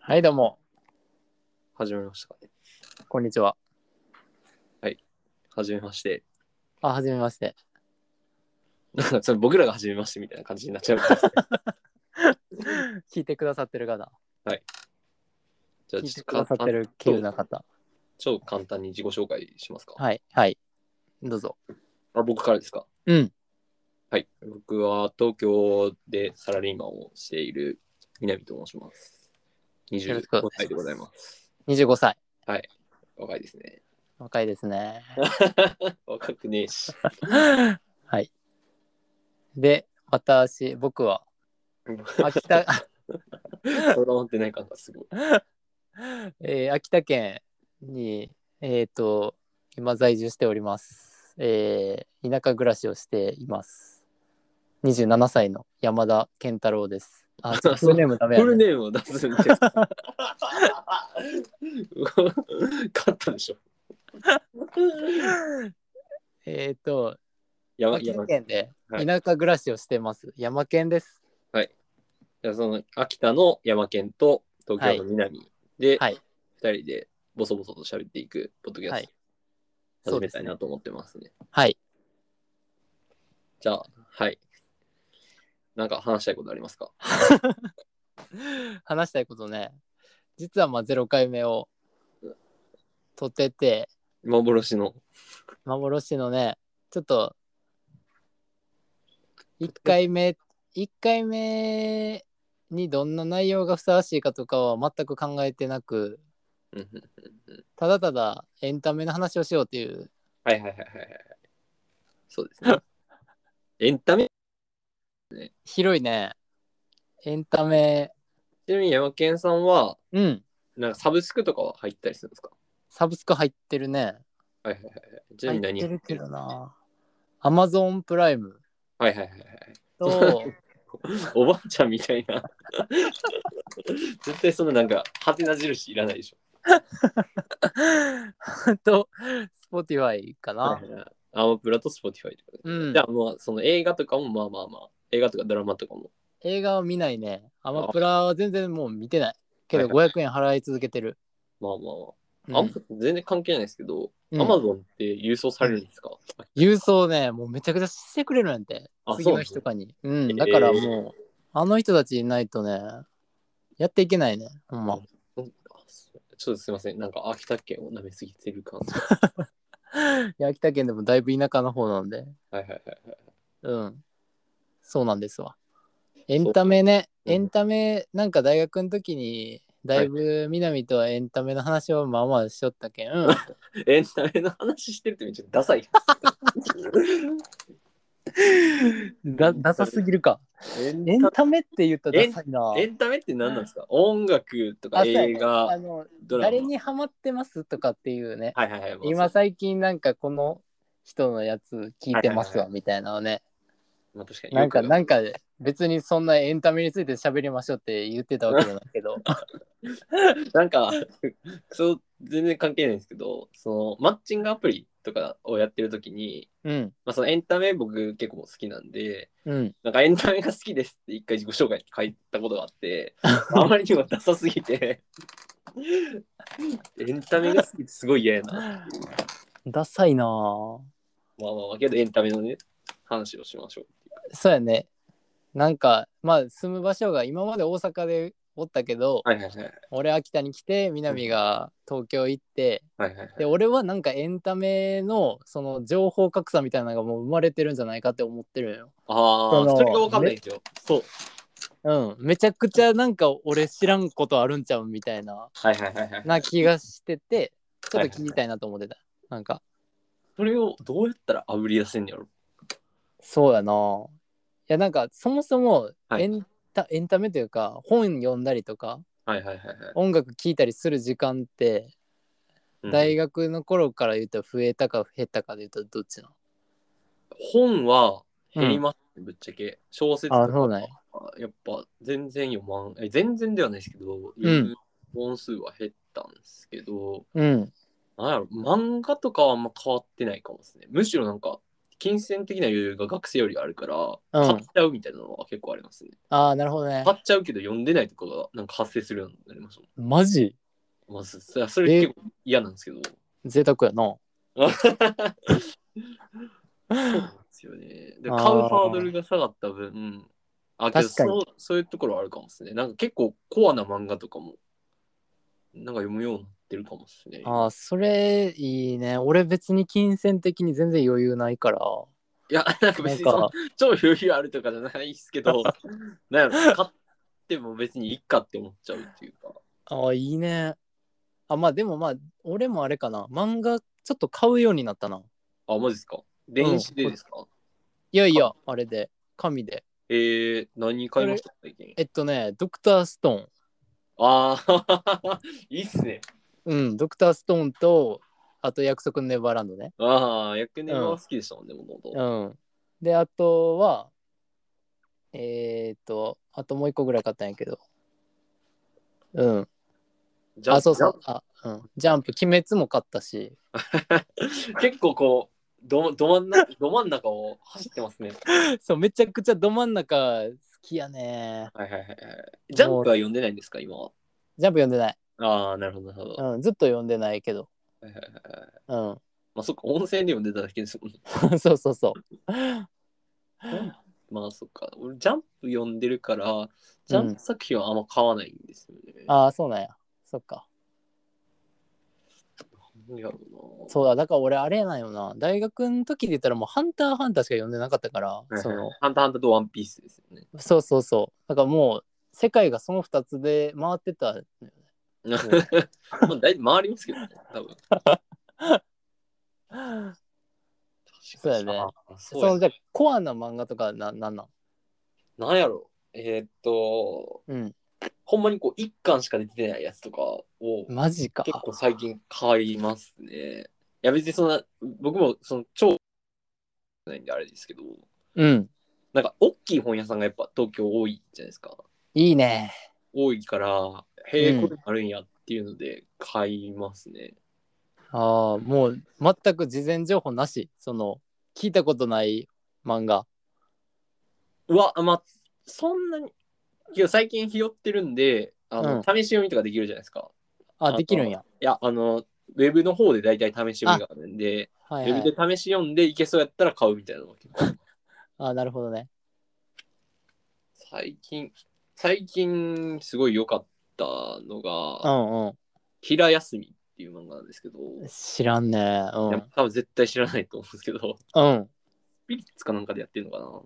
はい、どうも。 始めましたかね。 こんにちは。 はい。始めまして。 はじめまして。 なんかそれ僕らが始めましてみたいな感じになっちゃうんですね。 聞いてくださってる方、 はい。じゃあ聞いちょっとてくださってる稀有な方。 超簡単に自己紹介しますか。 はい、はい。どうぞ。 僕からですか。 うん。 はい。僕は東京でサラリーマンをしている南と申します。25 よろしくお願い歳でございします。 ます。 25歳。 はい。若いですね。 若いですね。 若くねえし。 はい。で、僕は、秋田、 そだわってない感がすごい。 秋田県に、今在住しております。田舎暮らしをしています。27歳の山田健太郎です。ちょっとフルネームダメやね。 フルネームを出すんですか。勝ったでしょ。 秋田県ではい。 田舎暮らしをしてます。山県です。 はい。じゃあその秋田の山県と東京のはい。 南ではい。 2人でボソボソと喋っていくポッドキャはい。 スト始めたいなと思ってますね。 はい。 じゃあ、はい。なんか話したいことありますか？ 話したいことね。実は0回目を撮ってて、 幻の。 幻のね、ちょっと1回目、1回目にどんな内容がふさわしいかとかは全く考えてなく、ただただエンタメの話をしようっていう。 はいはいはいはいはい。そうですね。エンタメ、ね。 広いね。エンタメ、 ちなみに山県さんは、 うん。 なんかサブスクとかは入ったりするんですか？ サブスク入ってるね。 はいはいはいはい。ちなみに入ってるけ何入ってる？ どな。アマゾンプライムはいはいはいはい。 と、 おばあちゃんみたいな。絶対そのなんか、ハテナ印いらないでしょ。 と、スポティファイかな。 はいはいはい。アマプラとスポティファイとか、 うん。 じゃあもうその映画とかもまあまあまあ、映画とかドラマとかも。 映画は見ないね。アマあ、 プラは全然もう見てない。けどはいはい。 500円払い続けてる。 まあまあ、 うん。 全然関係ないですけど、 うん。 アマゾンって郵送されるんですか？ 郵送ね、もうめちゃくちゃしてくれるなんて。次のそうなんですね。 日とかに。うん。だからもう、あの人たちいないとね、やっていけないね。ほんま。 ちょっとすいません。なんか秋田県を舐めすぎてる感じ。 秋田県でもだいぶ田舎の方なんで。 はいはいはいはい。 うん。そうなんですわ。エンそう。 タメね、 うん、 エンタメ、なんか大学の時に、だいはい。 ぶ南とはエンタメの話をまあまあしとったけん、 エンタメの話してるってめっちゃダサい。 ダサすぎるか。 エンタエンタメって言ったらダエンサいな。 エンタメって何なんですか？音楽とかそうやね。 映画、ドラマ。 誰にハマってますとかっていうね。 はいはいはい。まあ、 今最近なんかこの人のやつ聞いてますわみたいなのね。 まあ、確かになんか、 よくなんか別にそんなエンタメについて喋りましょうって言ってたわけじゃないけど。 なんかそう全然関係ないんですけど、そのマッチングアプリとかをやってる時に、 うん。 まあ、そのエンタメ僕結構好きなんで、 うん。 なんかエンタメが好きですって一回自己紹介に書いたことがあって、あまりにもダサすぎてエンタメが好きってすごい嫌やな。 ダサいなぁ。 まあまあまあ、けどエンタメのね、話をしましょうっていう。 そうやね。なんか、まあ住む場所が今まで大阪でおったけど、 はいはいはい。 俺秋田に来て、南が東京行って、 はいはいはい。 で、俺はなんかエンタメのその情報格差みたいなのがもう生まれてるんじゃないかって思ってるよ。 ああ、それがわかんないんですよ。そう。 めちゃくちゃなんか俺知らんことあるんちゃうみたいな、 はいはいはいはい。 な気がしてて、ちょっと聞きたいなと思ってた。なんか、 それをどうやったらあぶり出せんのやろ。 そうやな。いや、なんかそもそもはいエンタメというか、本読んだりとか、 はいはいはいはい。 音楽聴いたりする時間って、大学の頃から言うと増えたか減ったかで言うとどっちなの？ 本は減りますね、ぶっちゃけ。小説とかそうなんや。 やっぱ全然読まん。全然ではないですけど、読む本数は減ったんですけど、 うん。 なんやろ、漫画とかはあんま変わってないかもですね。むしろなんか金銭的な余裕が学生よりあるから、 うん買っちゃうみたいなのは結構ありますね。 ああ、なるほどね。 買っちゃうけど読んでないとかがなんか発生するようになりましたマジもん。まず、それ結構嫌なんですけど。 贅沢やな。 そうなんですよね。で買うあハードルあ、 が下がった分、けど確かに。 そういうところはあるかもですね。なんか結構コアな漫画とかも、なんか読むようになってるかもですね。今ああ、それいいね。俺別に金銭的に全然余裕ないから。 いや、なんか別にそのなんか、 超余裕あるとかじゃないですけど、なんやろ、買っても別にいいかって思っちゃうっていうか。 ああ、いいね。あ、まあでもまあ、俺もあれかな。漫画ちょっと買うようになったな。 あ、マジですかうん。 電子でですかかいやいや、あれで、紙で。 何買それ、 いました最近。 ドクターストーン。 ああ、いいっすね。 うん、ドクターストーンと、あと約束のネバーランドね。 ああ、役ネバはうん。 好きでしたもんね、もともと。 うん。で、あとは、あともう一個ぐらい買ったんやけど。うん。あ、そうそう。うん。ジャンプ、鬼滅も買ったし。 結構こう、ど真ん中を走ってますね。 そう、めちゃくちゃど真ん中好きやね。 はいはいはいはい。ジャンもう、 プは読んでないんですか、今は。 ジャンプ読んでない。 ああ、なるほど、なるほど。 うん、ずっと読んでないけど。 はいはいはいはい。 うん。 まあそっか、温泉で読んでただけですもんね。 そうそうそジャンプまあそっか。俺、ジャンプ読んでるから、ジう。 ャンプうん。 作品はあんま買わないんですよね。 ああ、そうなんや。そっか。 なんやろそうだ、だから俺あれなんよな。大学の時で言ったらもうハンターハンターしか読んでなかったから、 うな。はいはいはい。ハンターハンターとワンピースですよね。 そうそうそう。だからもう世界がその2つで回ってたのよね。もうまあ、だいぶ回りますけどね、多分。確かに。 そうやね。 そうやな。 じゃあコアな漫画とかなんなんなんやろ。 うん。 ほんまにこう、一巻しか出てないやつとかをマジか。 結構最近買いますね。いや別にそんな、僕もその超ないんであれですけど、 うん。 なんか大きい本屋さんがやっぱ東京多いじゃないですか。 いいね。 多いから、へえ、こうん。 れあるんやっていうので買いますね。 ああ、もう全く事前情報なし。聞いたことない漫画。 うわ、まあ、そんなに、いや最近拾ってるんで、 うん。 試し読みとかできるじゃないですか。 あ、できるんや。 いや、ウェブの方で大体試し読みあ、 があるんで、ウェブではいはい。 試し読んでいけそうやったら買うみたいなのが結構ある。 あ、なるほどね。 最近、最近すごい良かったのうが、 んう平休みっていう漫画なんですけど、 ん。知らんね。ういやん。 多分絶対知らないと思うんですけど、 うん。 スピリッツかなんかでやってるのかな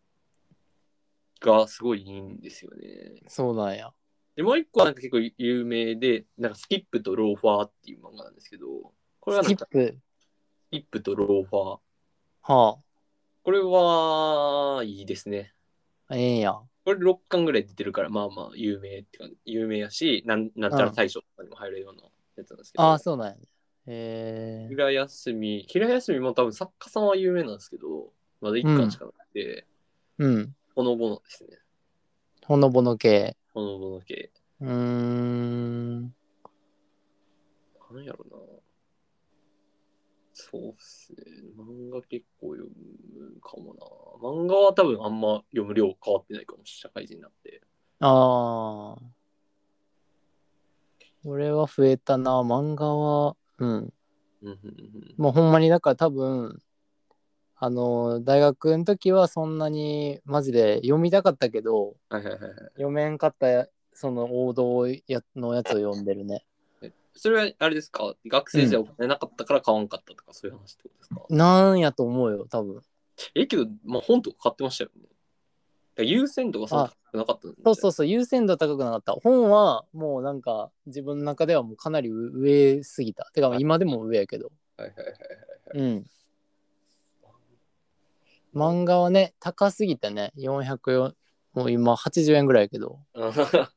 がすごいいいんですよね。 そうなんや。 で、もう一個はなんか結構有名で、なんかスキップとローファーっていう漫画なんですけど、これスはなんかキップ。 スキップとローファー。 はこれはいいですね。 あ。ええんや。 これ6巻ぐらい出てるから、まあまあ有名ってか、有名やし、なんちゃらうん。 大賞とかにも入るようなやつなんですけああ、 ど、 そうなんやね。え平休みも多分作家さんは有名なんですけど、まだ1 うん。 巻しかなくて、 うん。 ほのぼのですね。 ほのぼの系。 ほのぼの系。 うーん。 なんやろな。そうっすね。漫画結構読むかもな。漫画は多分あんま読む量変わってないかも、社会人になって。 ああ。俺は増えたな。漫画は、うん。 うんうんうんもうほんまに、だから多分、大学の時はそんなにマジで読みたかったけど、 はいはいはいはい。 読めんかったその王道のやつを読んでるね。 それはあれですか学生時代お金なかったから買わんかったとかそういう話ってことですかなんやと思うよ、多分。 けど、まあ、本とか買ってましたよね。優先とかそんなあ、 高くなかったんじゃないそうそうそう、優先度は高くなかった。本はもうなんか自分の中ではもうかなり上すぎた。てかはい今でも上やけど。 はいはいはいはい。 うん。 ま漫画はね、高すぎてね、400、もう今80円ぐらいやけど、 あ、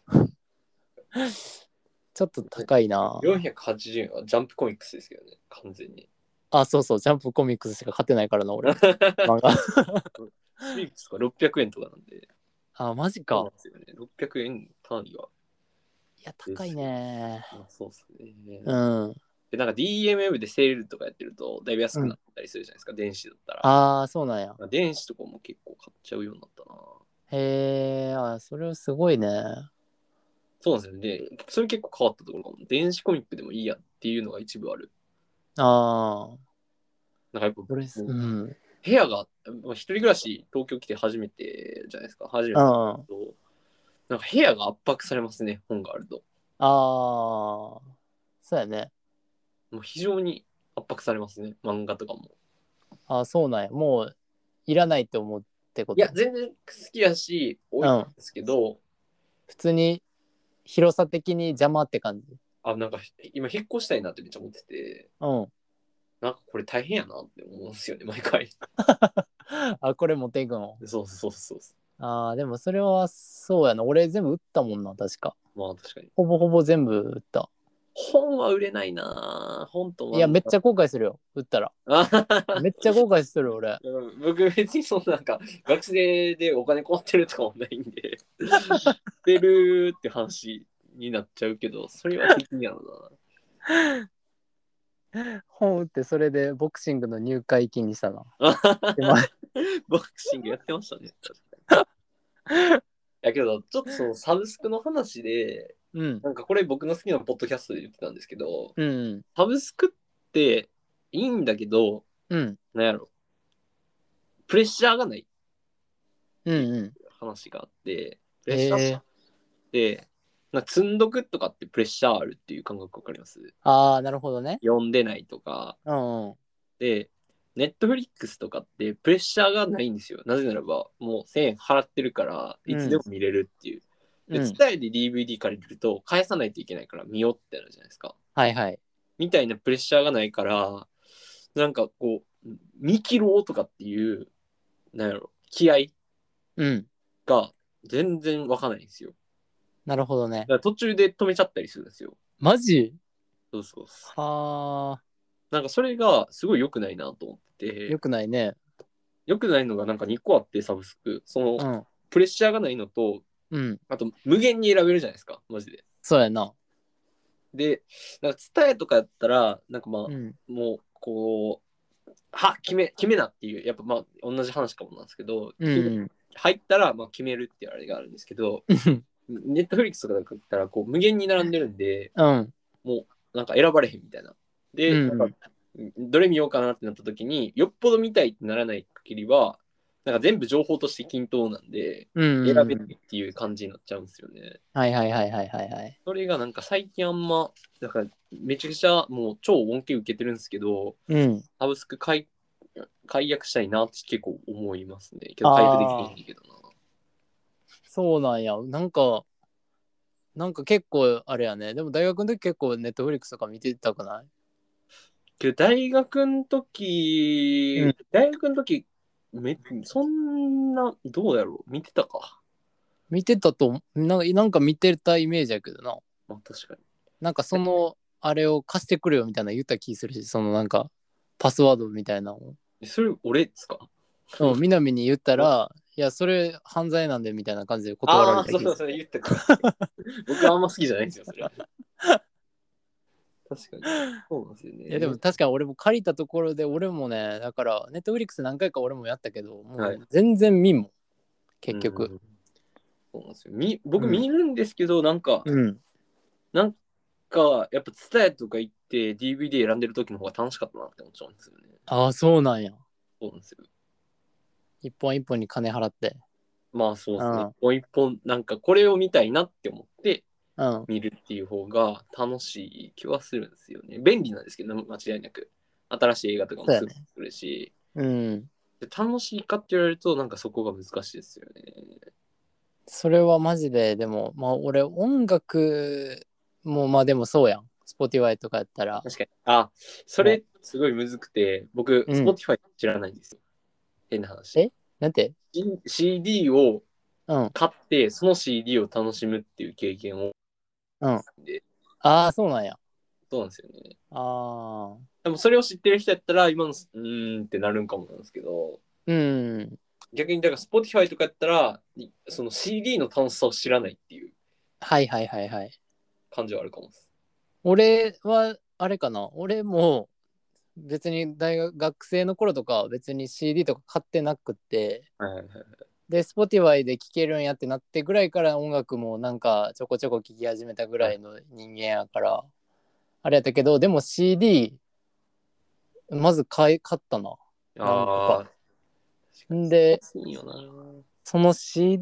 ちょっと高いな。 480円はジャンプコミックスですけどね、完全に。 あ、そうそう、ジャンプコミックスしか買ってないからな、俺。漫画。 スピリッツとか600円とかなんで、 あ、マジか。 そうなんですよね。600円単位は。 いや、高いね。 まあ、そうっすね。 うん。 で、なんか DMM でセールとかやってると、だいぶ安くなったりするじゃないですか、電子だったら。 ああ、そうなんや。 電子とかも結構買っちゃうようになったな。 へえ、あ、それはすごいね。 そうなんですよね。で、それ結構変わったところかも。電子コミックでもいいやっていうのが一部ある。 ああ、 なんかやっぱ、 これ、 もううん。 部屋が、一人暮らし、東京来て初めてじゃないですか。初めてだうん。 と、なんか部屋が圧迫されますね、本があると。 ああ、そうやね。 もう非常に圧迫されますね、漫画とかも。 ああ、そうなんや。もう、いらないって思うってこいや、 と？ 全然好きやし、多うん。 いんですけど、 普通に広さ的に邪魔って感じ？ なんか今引っ越したいなってめっちゃ思ってて、 うん。 なんかこれ大変やなって思うんですよね、毎回。 あ、これ持っていくの？ そうそうそうそう。 ああ、でもそれはそうやな。俺全部売ったもんな、確か。 まあ確かに。 ほぼほぼ全部売った。 本は売れないな本といや、 漫画。 めっちゃ後悔するよ。売ったら。 あはははめっちゃ後悔する、俺。 僕別にそんななんか学生でお金困ってるとかもないんで、売ってるって話になっちゃうけど、それは的にやろ本売ってそれでボクシングの入会金にしたな。 な。 でまあボクシングやってましたね。やけど、ちょっとそのサブスクの話で、 うん。 なんかこれ僕の好きなポッドキャストで言ってたんですけど、 うん。 サブスクっていいんだけど、 うん。 なんやろ、プレッシャーがないっうん。 ていううん。 話があって、プレッシャーっへえ。 て、なんか積んどくとかってプレッシャーあるっていう感覚わかります？ ああ、なるほどね。 読んでないとか。 うんうん。 で、ネットフリックスとかってプレッシャーがないんですよ。なぜならば、もう1000円払ってるから、いつでも見れるっていう。で、 うん。 伝えで DVD 借りると返さないといけないから見ようってなるじゃないですか。 はいはい。 みたいなプレッシャーがないから、なんかこう、見切ろうとかっていう、なんやろ、気合うん。 が全然わかんないんですよ。 なるほどね。 だから途中で止めちゃったりするんですよ。 マジ？ そうそう。 はあ。 なんかそれがすごい良くないなと思ってよて、 くないね。 良くないのがなんか2個あって、サブスク。その、 うん。 プレッシャーがないのと、 うん。 あと無限に選べるじゃないですか、マジで。 そうやな。 で、なんか伝えとかやったら、なんかまうん。 あ、もう、こう、決めなっていう、やっぱまあ、同じ話かもなんですけど、 うん。 入ったら、まあ、決めるっていうあれがあるんですけど、 うん。 ネットフリックスとかだったら、こう、無限に並んでるんで、 うん。 もう、なんか選ばれへんみたいな。 うで、なんか、 ん。 どれ見ようかなってなった時に、よっぽど見たいってならない限りは、なんか全部情報として均等なんで、 うん。 選べないっていう感じになっちゃうんですよね。 はいはいはいはいはいはい。 それがなんか最近あんま、なんかめちゃくちゃもう超恩恵受けてるんですけど、 うん。 サブスク解約したいなって結構思いますね。けど解約できへんああ、 ねんけどな。 そうなんや。なんか結構あれやね。でも大学の時結構ネットフリックスとか見てたくない？ けどうん。 大学の時そんな、どうやろう見てたか。 見てたと、なんか見てたイメージやけどな。 まあ確かなんかその、あれを貸してくれよみたいな言った気するし、そのなんか、パスワードみたいなのを。 に。それ俺ですか？ うん、南に言ったら、いや、それ犯罪なんでみたいな感じで断らああ、 れた気する。 そうそう、それ言ったか。僕はあんま好きじゃないんですよ、それ。確かに。そうなんですよいや、でね。 も確かに俺も借りたところで、俺もね、だから、ネットフリックス何回か俺もやったけど、もはい。 う全然見んもん、 う結局。 ん。そうなんですよ。僕うん。 見るんですけど、 うん。 なんか、やっぱ伝えとか行って DVD 選んでる時の方が楽しかったなって思っちゃうんですよね。 ああ、そうなんや。 そうなんですよ。 一本一本に金払って。 まあそうですね。 うん。 もう一本、なんかこれを見たいなって思ってうん。 見るっていう方が楽しい気はするんですよね。便利なんですけど、間違いなく。新しい映画とかもすぐそうやね。 来るし。 うん。 で楽しいかって言われると、なんかそこが難しいですよね。 それはマジで、でも、まあ俺音楽もまあでもそうやん。Spotify とかやったら。 確かに。あ、そもれすごいむずくて、僕、 う、うん。 Spotify 知らないんですよ。変な話。 えなんて？ CD をうん。 買って、その CD を楽しむっていう経験をうん。 で、 ああ、そうなんや。 そうなんですよね。 ああ。 でもそれを知ってる人やったら、今の、ってなるんかもなんですけど、 うん。 逆に、だから Spotify とかやったら、その CD の楽しさを知らないっていうはいはいはいはい。 感じはあるかもです。 俺は、 あれかな、俺も別に学生の頃とかは別に CD とか買ってなくて、 はいはいはい。 で Spotify で聴けるんやってなってぐらいから音楽もなんかちょこちょこ聴き始めたぐらいの人間やからあれやったけど、でも CD まず買ったな、何個か。 ああ、確かに。 でいいよな。 その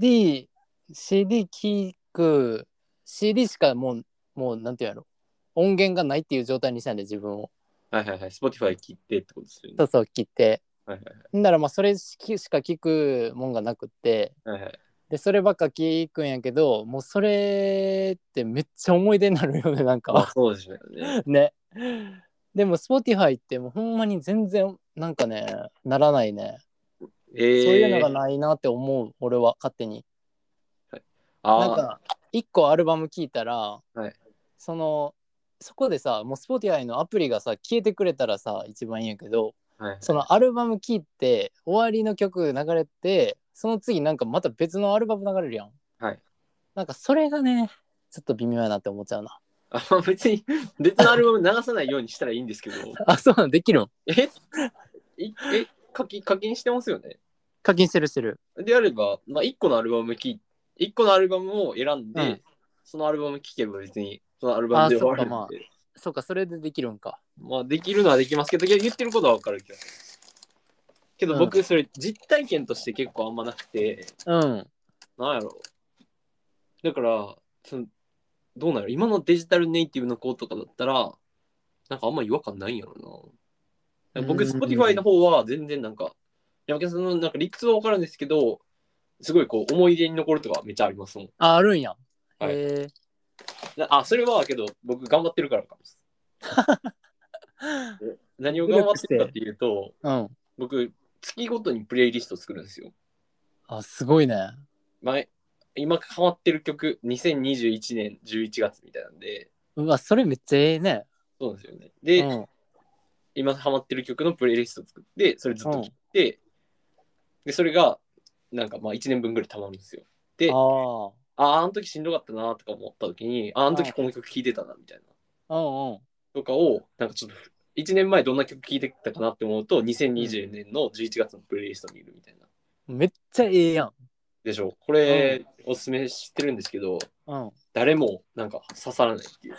CD 聴く CD しかもうなんていうやろ、音源がないっていう状態にしたんで自分を。 はいはいはい。Spotify 切ってってことですよね。 そうそう切って、 はいはいんだらまあそれしか聞くもんがなくって、 はい。はいはい。 でそればっか聞くんやけど、もうそれってめっちゃ思い出になるよね、なんか。 まあそうですよね。 ね。でも Spotify ってもうほんまに全然なんかね、ならないね。そういうのがええないなって思う、俺は勝手に。 ー。はい、あなんか一個アルバム聴いたら、 あ、はい。 そのそこでさ、もう Spotify のアプリがさ消えてくれたらさ一番いいんやけど、 はいはい。 そのアルバム聴いて終わりの曲流れて、その次なんかまた別のアルバム流れるやん。 はい。 なんかそれがねちょっと微妙やなって思っちゃうな。 あ、まあ別に別のアルバム流さないようにしたらいいんですけど、 あ、そうなんできるん？ え課金してますよね。 課金してる。 であれば、まあ、1個のアルバムを選んうん。 で、そのアルバム聴けば別にそのアルバムあ、 で終そっか、まわるんで、 あそっか、それでできるんか。 まあできるのはできますけど、言ってることはわかるけど、 うん。 僕それ実体験として結構あんまなくて、 うん。 なんやろ。だから、どうなる今のデジタルネイティブの子とかだったら、なんかあんま違和感ないんやろうな。僕、Spotify のん。 方は全然なんか、山木さんのなんか理屈はわかるんですけど、すごいこう思い出に残るとかめっちゃありますもん。 あ、あるんや。 はい。 へえ。 それはけど僕頑張ってるからかもしれない。何を努頑張力して。 ってるかっていうと、 うん。 僕、月ごとにプレイリスト作るんですよ。 あ、すごいね。 前、今ハマってる曲、2021年11月みたいなんで、 うわ、それめっちゃええね。 そうなんですよね。で、 うん。 今ハマってる曲のプレイリスト作って、それずっと聴いうん。 て、で、それが、なんかまあ1年分ぐらい溜まるんですよ。で、 ああの時しんどかったなとか思った時に、あのあ。うん。 時この曲聴いてたなみたいな。 うんうん。 とかを、なんかちょっと、1年前どんな曲聴いてたかなって思うと、 うん 2020年の11月のプレイリストにいるみたいな。 めっちゃええやん。 でしょ。こうん。 れ、おすすめしてるんですけど、 うん。 誰もなんか刺さらないっていう。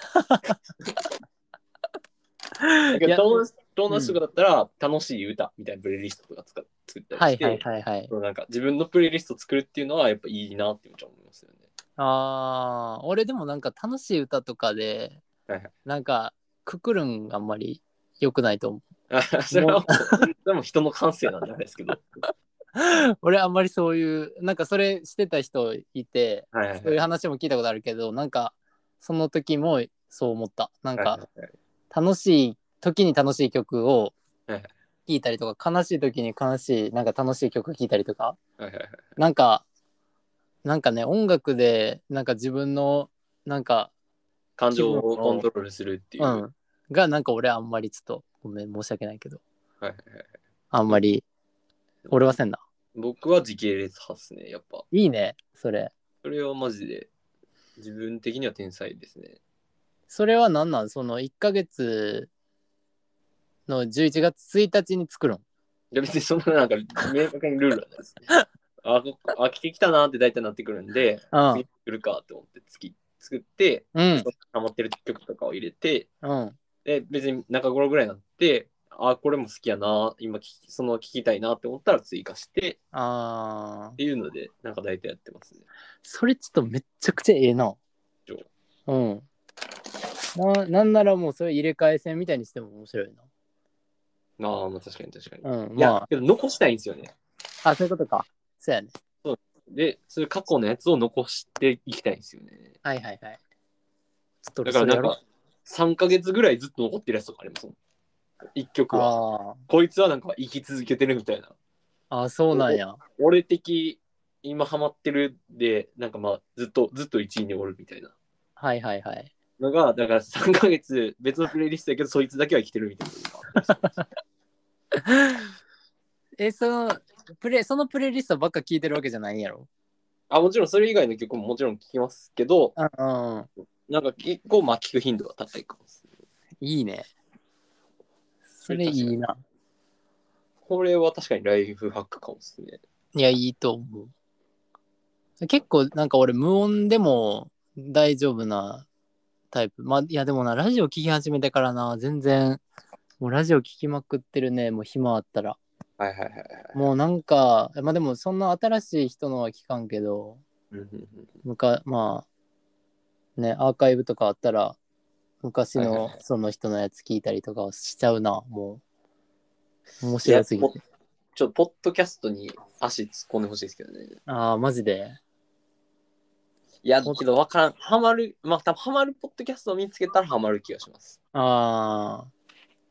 だけいや、 ど友達とかうん。 だったら、楽しい歌みたいなプレイリストとか作ったりはいはいして、 はいはい。 なんか自分のプレイリスト作るっていうのはやっぱいいなって思いますよね。 ああ、俺でもなんか楽しい歌とかで、 はいはい。 なんかくくるんあんまり良くないと思う。 それもうはもう、でも人の感性なんじゃないですけど。 俺あんまりそういう、なんかそれしてた人いて、そういうはいはいはい。 話も聞いたことあるけど、なんかその時もそう思った。なんはいはかいはい。 楽しい時に楽しい曲をはいはい聴いたりとか、悲しい時に悲しい、なんか楽しい曲聴いたりとか、 はいはい。 なんか、なんかね、音楽で、なんか自分の、なんか感情気分を、 をコントロールするっていう。 うん、が、なんか俺あんまりちょっと、ごめん、申し訳ないけど、 はいはいはい。 あんまり、俺はせんな。 僕は時系列派っすね、やっぱ。 いいね、それ。 それはマジで、自分的には天才ですね。 それは何なん？その1ヶ月の11月1日に作るん？ いや別にそんななんか明確にルールはないです。飽きてきたなって大体なってくるんで、 うん。 次作るかって思って作って、で、 うん。 そのハマってる曲とかを入れて、 うん。 で、別に中頃ぐらいになって、これも好きやな、今その聞きたいなって思ったら追加してっあー。 ていうので、なんか大体やってますね。 それちょっとめっちゃくちゃええな。 以上。 うん。なんならもうそれ入れ替え戦みたいにしても面白いまあ確かに確かに。 な。うん。 いや、 まけど残したいんですよね。 あ、そういうことか。そうやね。 で、そういう過去のやつを残していきたいんですよね。 はいはいはい。ちょっと俺それやろ。 だからなんか、3ヶ月ぐらいずっと残ってるやつとかありますもん。1曲は。 あこいつはなんか生き続けてるみたいな。 あ。あ、そうなんや。 俺的、今ハマってるで、なんかまあ、ずっと1位におるみたいな。 はいはいはい。 のが、だから3ヶ月別のプレイリストやけど、そいつだけは生きてるみたいな。 そのプレイリストばっか聞いてるわけじゃないんやろ？ もちろんそれ以外の曲ももちろん聴きますけど、 うんうん。 なんか結構まあ聴く頻度は高いかもしれない。 いいね。それいいな。 これは確かにライフハックかもですね。 いや、いいと思う。結構なんか俺無音でも大丈夫なタイプ。まあ、いやでもな、ラジオ聞き始めてからな、全然、もうラジオ聞きまくってるね、もう暇あったら。 はいはいはいはい。 もうなんか、まあでもそんな新しい人のは聞かんけど、まあね、アーカイブとかあったら、昔のその人のやつ聞いたりとかはしちゃうな、もう。面白すぎて。 ちょっとポッドキャストに足突っ込んでほしいですけどね。 ああ、マジで。 いや、けど分からん。ハマる、まあ多分ハマるポッドキャストを見つけたらハマる気がします。 ああ。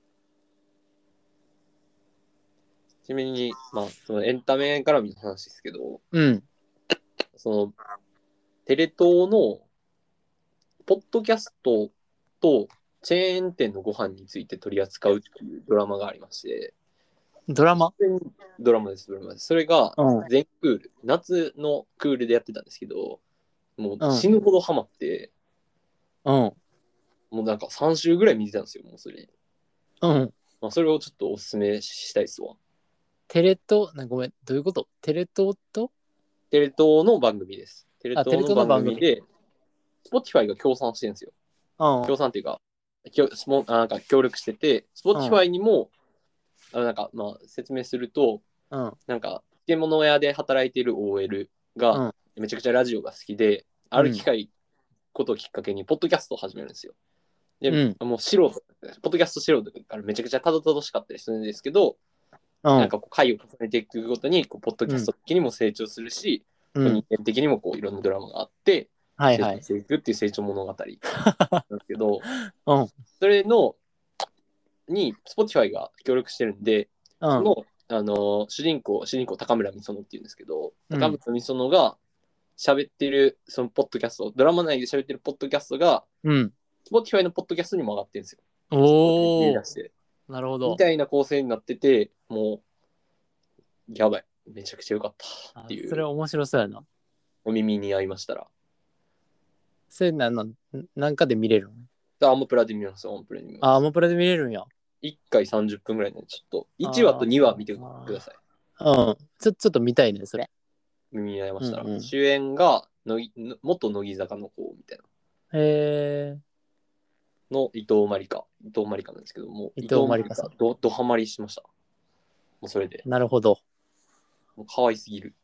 ちなみに、まあ、そのエンタメ絡みの話ですけど、 うん。 その、テレ東のポッドキャストとチェーン店のご飯について取り扱うっていうドラマがありまして、 ドラマドラマです、ドラマです。それがうん。 全クール、夏のクールでやってたんですけど、もううん死ぬほどハマって、 うん。 もうなんか3週ぐらい見てたんですよ、もうそれ。 うん。 まあ、それをちょっとおすすめしたいですわ。 テレ東、ごめん、どういうことテレ東とテレ東の番組です。テレテレ東の番東の番組。 組で、Spotify が協賛してるんですよ。 うん。 協賛っていうか、なんか協力してて、Spotify にも、なんかまあ説明すると、 うん。 なんか漬物屋で働いている OL がうん。 めちゃくちゃラジオが好きで、ある機会ことをきっかけにポッドキャストを始めるんですよ。で、 うん。 もう素人、ポッドキャスト素人からめちゃくちゃたどたどしかったりするんですけど、 うん。 なんかこう回を重ねていくごとにこうポッドキャスト的にも成長するし、 うん。 人間的にもこういろんなドラマがあって成はいはい。 長していくっていう成長物語なんですけど、 うん。 それのに Spotify が協力してるんで、 うん。 その主人公高村美園っていうんですけど、高うん。 村美園が喋ってるそのポッドキャスト、ドラマ内で喋ってるポッドキャストがうん。 Spotify のポッドキャストにも上がってるんですよ。 おー。 出して。 なるほど。 みたいな構成になってて、もう、やばい。めちゃくちゃ良かったっていう。 それ面白そうやな。 お耳に合いましたら。 それなんかで見れるのアマプラで見ます、アマプラで見ます。 アマプラで見れるんや。 1回30分ぐらいなんで、ちょっと、1話と2話見てください。 うん。ちょっと見たいね、それ。 耳に合いましたら。 うんうん、 主演が元乃木坂の子みたいな。 へえ。 の伊藤まりか。伊藤まりかなんですけども、 伊藤まりかさん。 ドハマりしました。もうそれで。 なるほど。 もう可愛すぎる。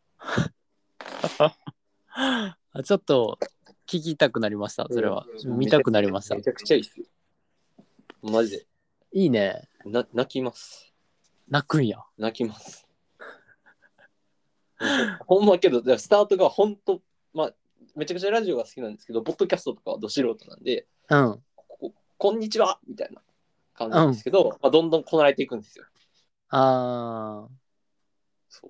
ちょっと聞きたくなりました、それは。見たくなりました。 めちゃくちゃいいっすよ。マジで。 いいね。 泣きます。 泣くんや。 泣きます。ほんまけど、スタートが本当、まあ、めちゃくちゃラジオが好きなんですけど、ポッドキャストとかはど素人なんで、 うん。 こんにちはみたいな感じなんですけど、まあ、どんどんこなれていくんですよ。 あそう。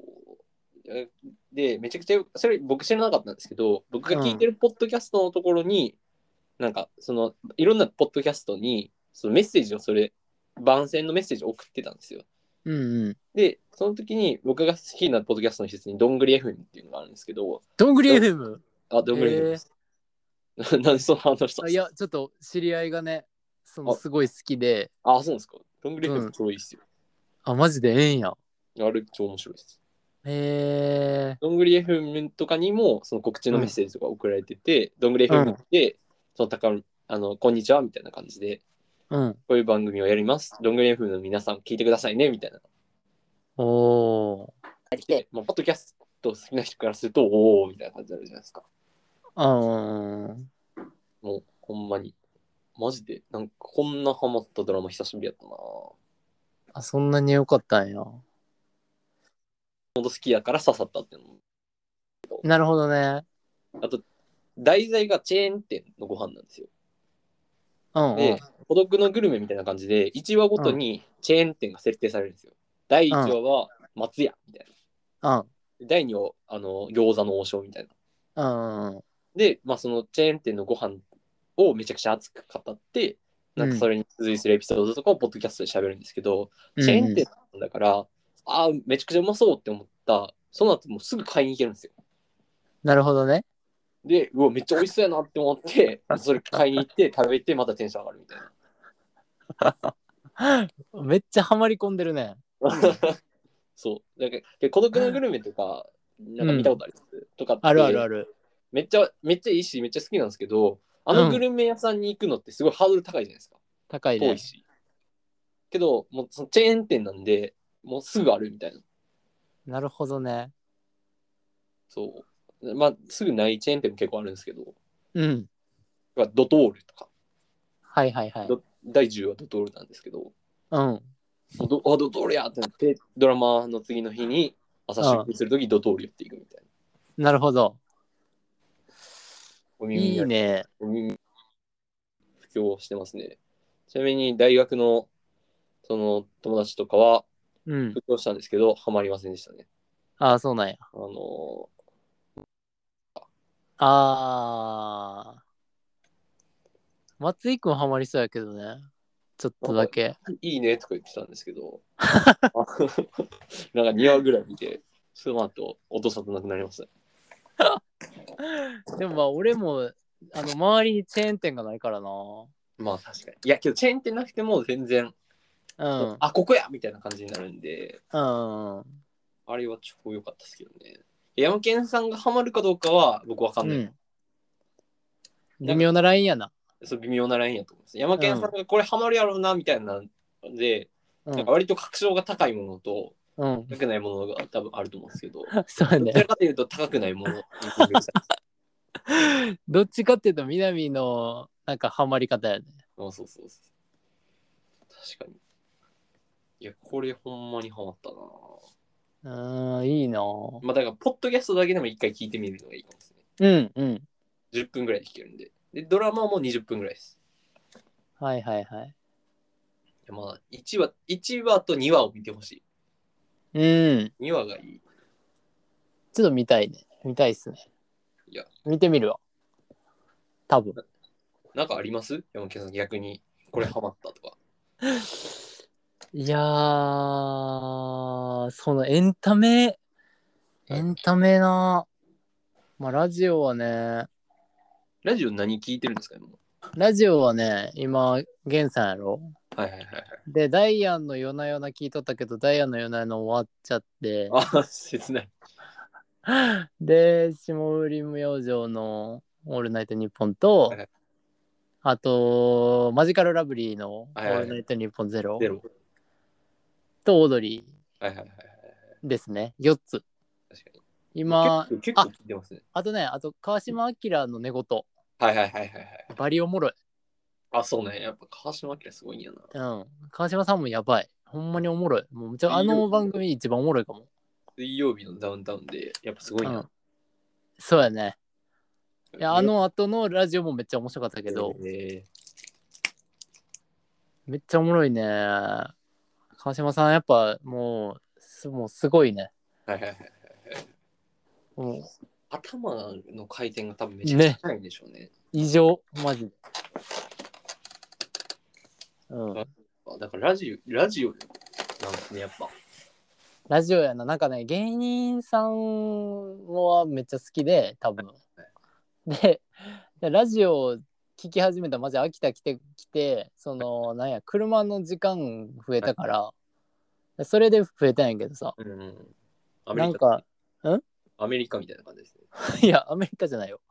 で、めちゃくちゃ、それ僕知らなかったんですけど、僕が聞いてるポッドキャストのところに、なんか、いろんなポッドキャストに、そのメッセージを番宣のメッセージを送ってたんですよ。 うんうん。 で、その時に僕が好きなポッドキャストの一つに、どんぐり FM っていうのがあるんですけど、 どんぐり FM? どんぐり FM です。なんでその話したんですか？ いや、ちょっと知り合いがね、すごい好きで。 そうなんですか。どんぐり FM 超いいっすよ。 マジでええんや。 あれ超面白いです。 へえ。 どんぐり FM とかにもその告知のメッセージとか送られてて、どんぐり FM で、こんにちはみたいな感じで、 うん。 こういう番組をやります。どんぐり FM の皆さん聞いてくださいねみたいな。 おー。 で、ポッドキャスト好きな人からすると、おおみたいな感じになるじゃないですか。もう、ほんまに。マジで、なんかこんなハマったドラマ久しぶりやったな。 そんなに良かったんや。 ほんと好きやから刺さったっていうのも。 なるほどね。 あと、題材がチェーン店のご飯なんですよ。で、孤独のグルメみたいな感じで、1話ごとにチェーン店が設定されるんですよ。第1話は松屋みたいな。第2話、餃子の王将みたいな。で、そのチェーン店のご飯をめちゃくちゃ熱く語って、なんかそれに付随するエピソードとかをポッドキャストで喋るんですけど、チェーン店だから、めちゃくちゃうまそうって思った、その後もうすぐ買いに行けるんですよ。 なるほどね。 で、めっちゃ美味しそうやなって思って、それ買いに行って食べてまたテンション上がるみたいな。 めっちゃハマり込んでるね。 そう。なんか孤独のグルメとか、なんか見たことあります、とかって、 あるあるある。 めっちゃいいし、めっちゃ好きなんですけど、あのグうん。 ルメ屋さんに行くのってすごいハードル高いじゃないですか。 高いね。 遠いし。けど、もうそのチェーン店なんで、もうすぐあるみたいな。 なるほどね。 そう。まあ、すぐないチェーン店も結構あるんですけど、 うん。 ドトールとか、 はいはいはい。 第10はドトールなんですけど、 うん。 ドトールやってなって、ドラマの次の日に朝出勤するときドトールやっていくみたいな。 なるほど。 お耳にいいね。 お耳布教してますね。ちなみに大学のその友達とかはうん。 布教したんですけど、ハマりませんでしたね。 ああ、そうなんや。 あのああ。松井くんハマりそうやけどね。ちょっとなんかだけ。 いいねとか言ってたんですけど、なんか2話ぐらい見て、その後、音沙汰なくなりました。 でもまあ俺も周りにチェーン店がないからな。 まあ確かに。いや、けどチェーン店なくても全然、 うん。 あ、ここやみたいな感じになるんで、 うん。 あれは超良かったですけどね。山健さんがハマるかどうかは僕わかんない。 うん。 なんか、 微妙なラインやな。 そう微妙なラインやと思います。山うん。 健さんがこれハマるやろうなみたいなんで、 うん。 なんか割と確証が高いものと、 うん。 高くないものが多分あると思うんですけど、 そうやね。 どちらかというと高くないものに分類したいです。 どっちかっていうと南のなんかハマり方やね。 あ、そうそうそう。確かに。いや、これほんまにハマったな。 いいな。 まあだから、ポッドキャストだけでも一回聞いてみるのがいいかもしれない。 うんうん。 10分ぐらいで聞けるんで。で、ドラマも20分ぐらいです。 はいはいはい。 まあ、1話と2話を見てほしうん。 い。2話がいい。 ちょっと見たいね。見たいっすね。 いや、 見てみるわ。多分。 なんかあります山木さん、逆に、これハマったとか。 いやー、そのエンタメな。まあラジオはね、 ラジオ何聞いてるんですか今。 ラジオはね、今、ゲンさんやろ。 はいはいはいはい。 で、ダイアンの夜な夜な聞いとったけど、ダイアンの夜な夜な終わっちゃって、 あ、切ない。 で、霜降り明星のオールナイトニッポンと、 はいはいあと、マジカルラブリーのはいはいはい。 オールナイトニッポンゼロゼロ。 とオードリはいはいはいはい。 ーですね。4つ。 確かに。 今、 結構聞いてますね。 あと、川島明の寝言。 はいはいはいはいはい。 バリおもろい。 あ、そうね。やっぱ川島明すごいんやな。 うん。川島さんもやばい。ほんまにおもろい。もうあ水曜日、 の番組一番おもろいかも。 水曜日のダウンタウンで、やっぱすごいな。 うん。そうやね。いや、あね、 の後のラジオもめっちゃ面白かったけど、 えめっちゃおもろいね。川島さんやっぱもうすごいね。 はいはいはい。 も頭の回転が多分めうね、 ちゃくちゃ高いんでしょうね。 異常、マジで。うん。 だからラジオなんですね、やっぱ。 ラジオやな。なんかね、芸人さんはめっちゃ好きで、多分。で、ラジオ聞き始めたらマジ秋田来て、なんや、車の時間増えたから、それで増えたんやけどさ、 うん。アメリカ、 なんか、 アメリカみたいな感じですね。 いや、アメリカじゃないよ。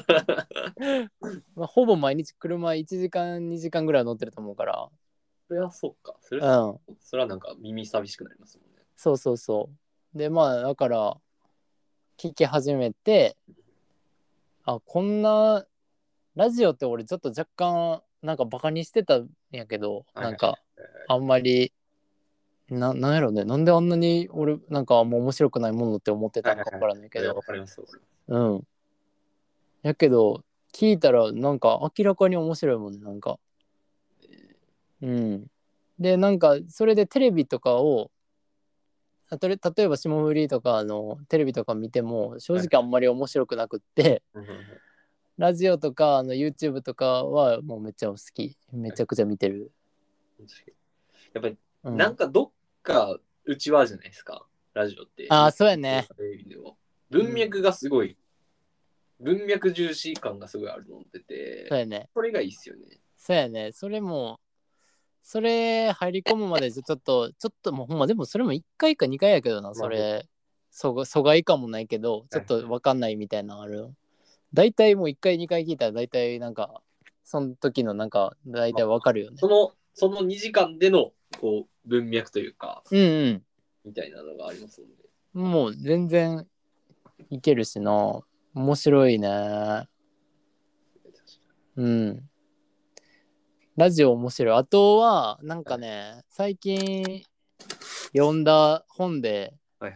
まあ、ほぼ毎日車1時間、2時間ぐらい乗ってると思うから、 それはそうか。 うん。 それはなんか耳寂しくなりますもんね。 そうそうそう。で、まあ、だから、聞き始めて、こんな、ラジオって俺ちょっと若干、なんかバカにしてたんやけど、 はいはいなんか、あんまり、なんやろね、なんであんなに俺、なんかもう面白くないものって思ってはいはいはい。 たんかわからないけど、 わかります。わかります。 うん。やけど、聞いたら、なんか明らかに面白いもんね、なんか。うん。で、なんか、それでテレビとかを、例えば霜降りとかテレビとか見ても正はい直あんまり面白くなくって、 うんうんうんラジオとかYouTube とかはもうめっちゃ好き、めちゃくちゃ見てる。 やっぱり、 うん。 なんかどっか内輪じゃないですか。ラジオって。 ああ、そうやね。 テレビでもうん。 文脈がすごい、文脈重視感がすごいあると思ってて、 そうやね。 それがいいっすよね。 そうやね。それもそれ入り込むまでちょっともうほんまでもそれも1回か2回やけどな、それ疎外感もないけどちょっと分かんないみたいなのある。大体もう1回2回聞いたら大体なんかその時のなんか大体分かるよね。 その2時間でのこう文脈というか、 うんみたいなのがありますので。 もう全然いけるしな。面白いね。うん。ラジオ面白い。あとはなんかね、最近読んだ本で、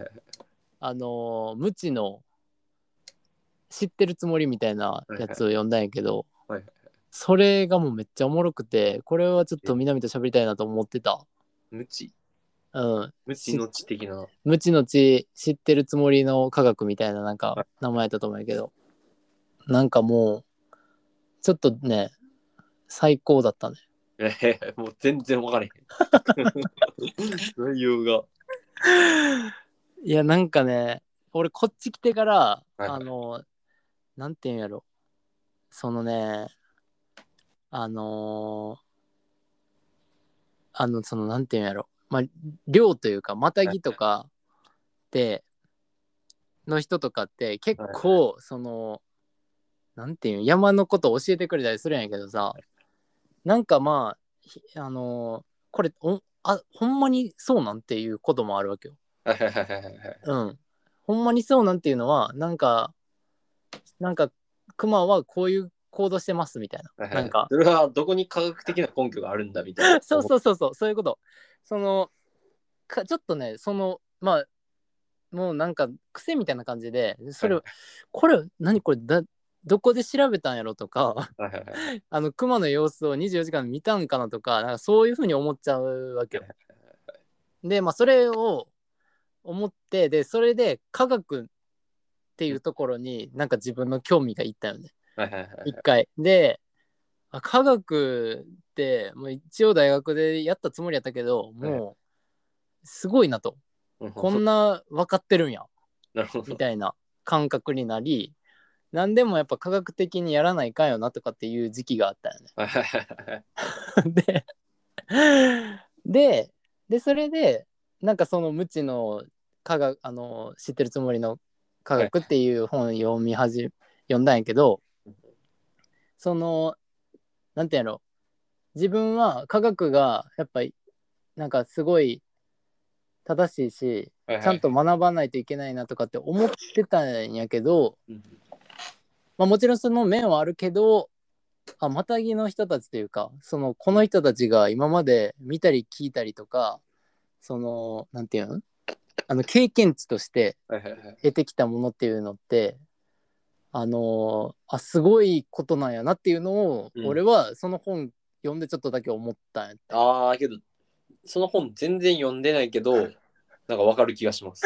無知の知ってるつもりみたいなやつを読んだんやけど、それがもうめっちゃおもろくて、これはちょっと南と喋りたいなと思ってた。 無知？ うん。 無知の知的な。 無知の知、知ってるつもりの科学みたいななんか名前だと思うんやけど、なんかもうちょっとね最高だったね。 もう全然分からへん。内容が。 いやなんかね、俺こっち来てから、なんていうんやろ、そのね、そのなんていうんやろ、まあ量というかまたぎとかでの人とかって結構そのなんていうん山のことを教えてくれたりするんやけどさ、なんかまあこれほんまにそうなんていうこともあるわけよ。うん。ほんまにそうなんていうのはなんかクマはこういう行動してますみたいな。なんかそれはどこに科学的な根拠があるんだみたいな。 そうそういうこと。そのちょっとねそのまあもうなんか癖みたいな感じでそれ、これ何これどこで調べたんやろとかクマの様子を24時間見たんかなとか、なんかそういうふうに思っちゃうわけよ。でまあそれを思ってでそれで科学っていうところになんか自分の興味がいったよね。一回で科学ってもう一応大学でやったつもりやったけどもうすごいなと、こんな分かってるんやみたいな感覚になり、何でもやっぱ科学的にやらないかんよなとかっていう時期があったよね。でそれでなんかその無知の科学知ってるつもりの科学っていう本読んだんやけど、そのなんていうの、自分は科学がやっぱりなんかすごい正しいし、ちゃんと学ばないといけないなとかって思ってたんやけど、まあ、もちろんその面はあるけど、またぎの人たちというかこの人たちが今まで見たり聞いたりとかなんていうの経験値として得てきたものっていうのってすごいことなんやなっていうのを、俺はその本読んでちょっとだけ思ったんやって。 けどその本全然読んでないけどなんかわかる気がします。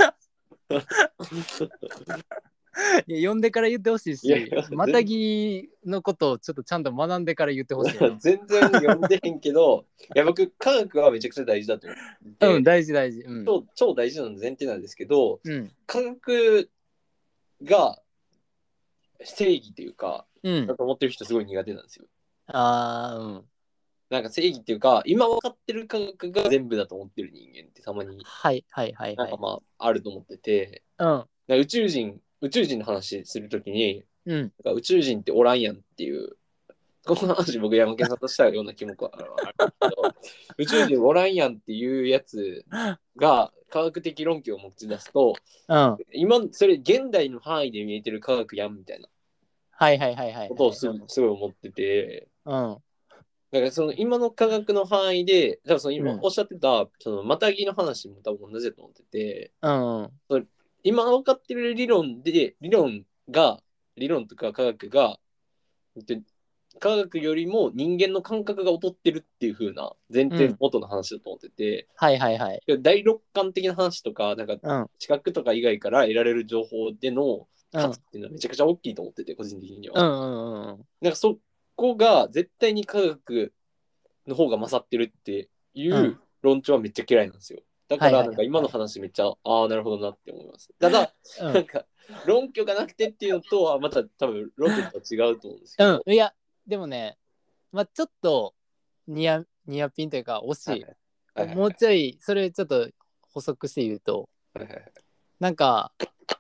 いや読んでから言ってほしいし、またぎのことをちょっとちゃんと学んでから言ってほしい。 全然読んでへんけど、いや僕科学はめちゃくちゃ大事だと思って、 うん、大事、 超大事なの前提なんですけど、 うん、 科学が正義っていうか、 だと思ってる人すごい苦手なんですよ。なんか正義っていうか、今分かってる科学が全部だと思ってる人間ってたまに、なんかまああると思ってて、宇宙人の話するときに、なんか宇宙人っておらんやんっていう、この話僕山県さんとしたような気もあるけど、宇宙人おらんやんっていうやつが科学的論拠を持ち出すと、今それ現代の範囲で見えてる科学やんみたいなことをすごい思ってて、だからその今の科学の範囲で、多分その今おっしゃってた、そのまたぎの話も多分同じだと思ってて、今分かってる理論とか科学が、科学よりも人間の感覚が劣ってるっていう風な前提元の話だと思ってて、第六感的な話とか、なんか視覚とか以外から得られる情報での価値っていうのはめちゃくちゃ大きいと思ってて、個人的には。なんかそこが絶対に科学の方が勝ってるっていう論調はめっちゃ嫌いなんですよ。だからなんか今の話めっちゃなるほどなって思います。ただ、なんか論拠がなくてっていうのとはまた多分論拠とは違うと思うんですけど。 いやでもね、まあちょっとニアピンというか惜しい、 はいはいはいもうちょいそれちょっと補足して言うと、 はいはいはい。 なんか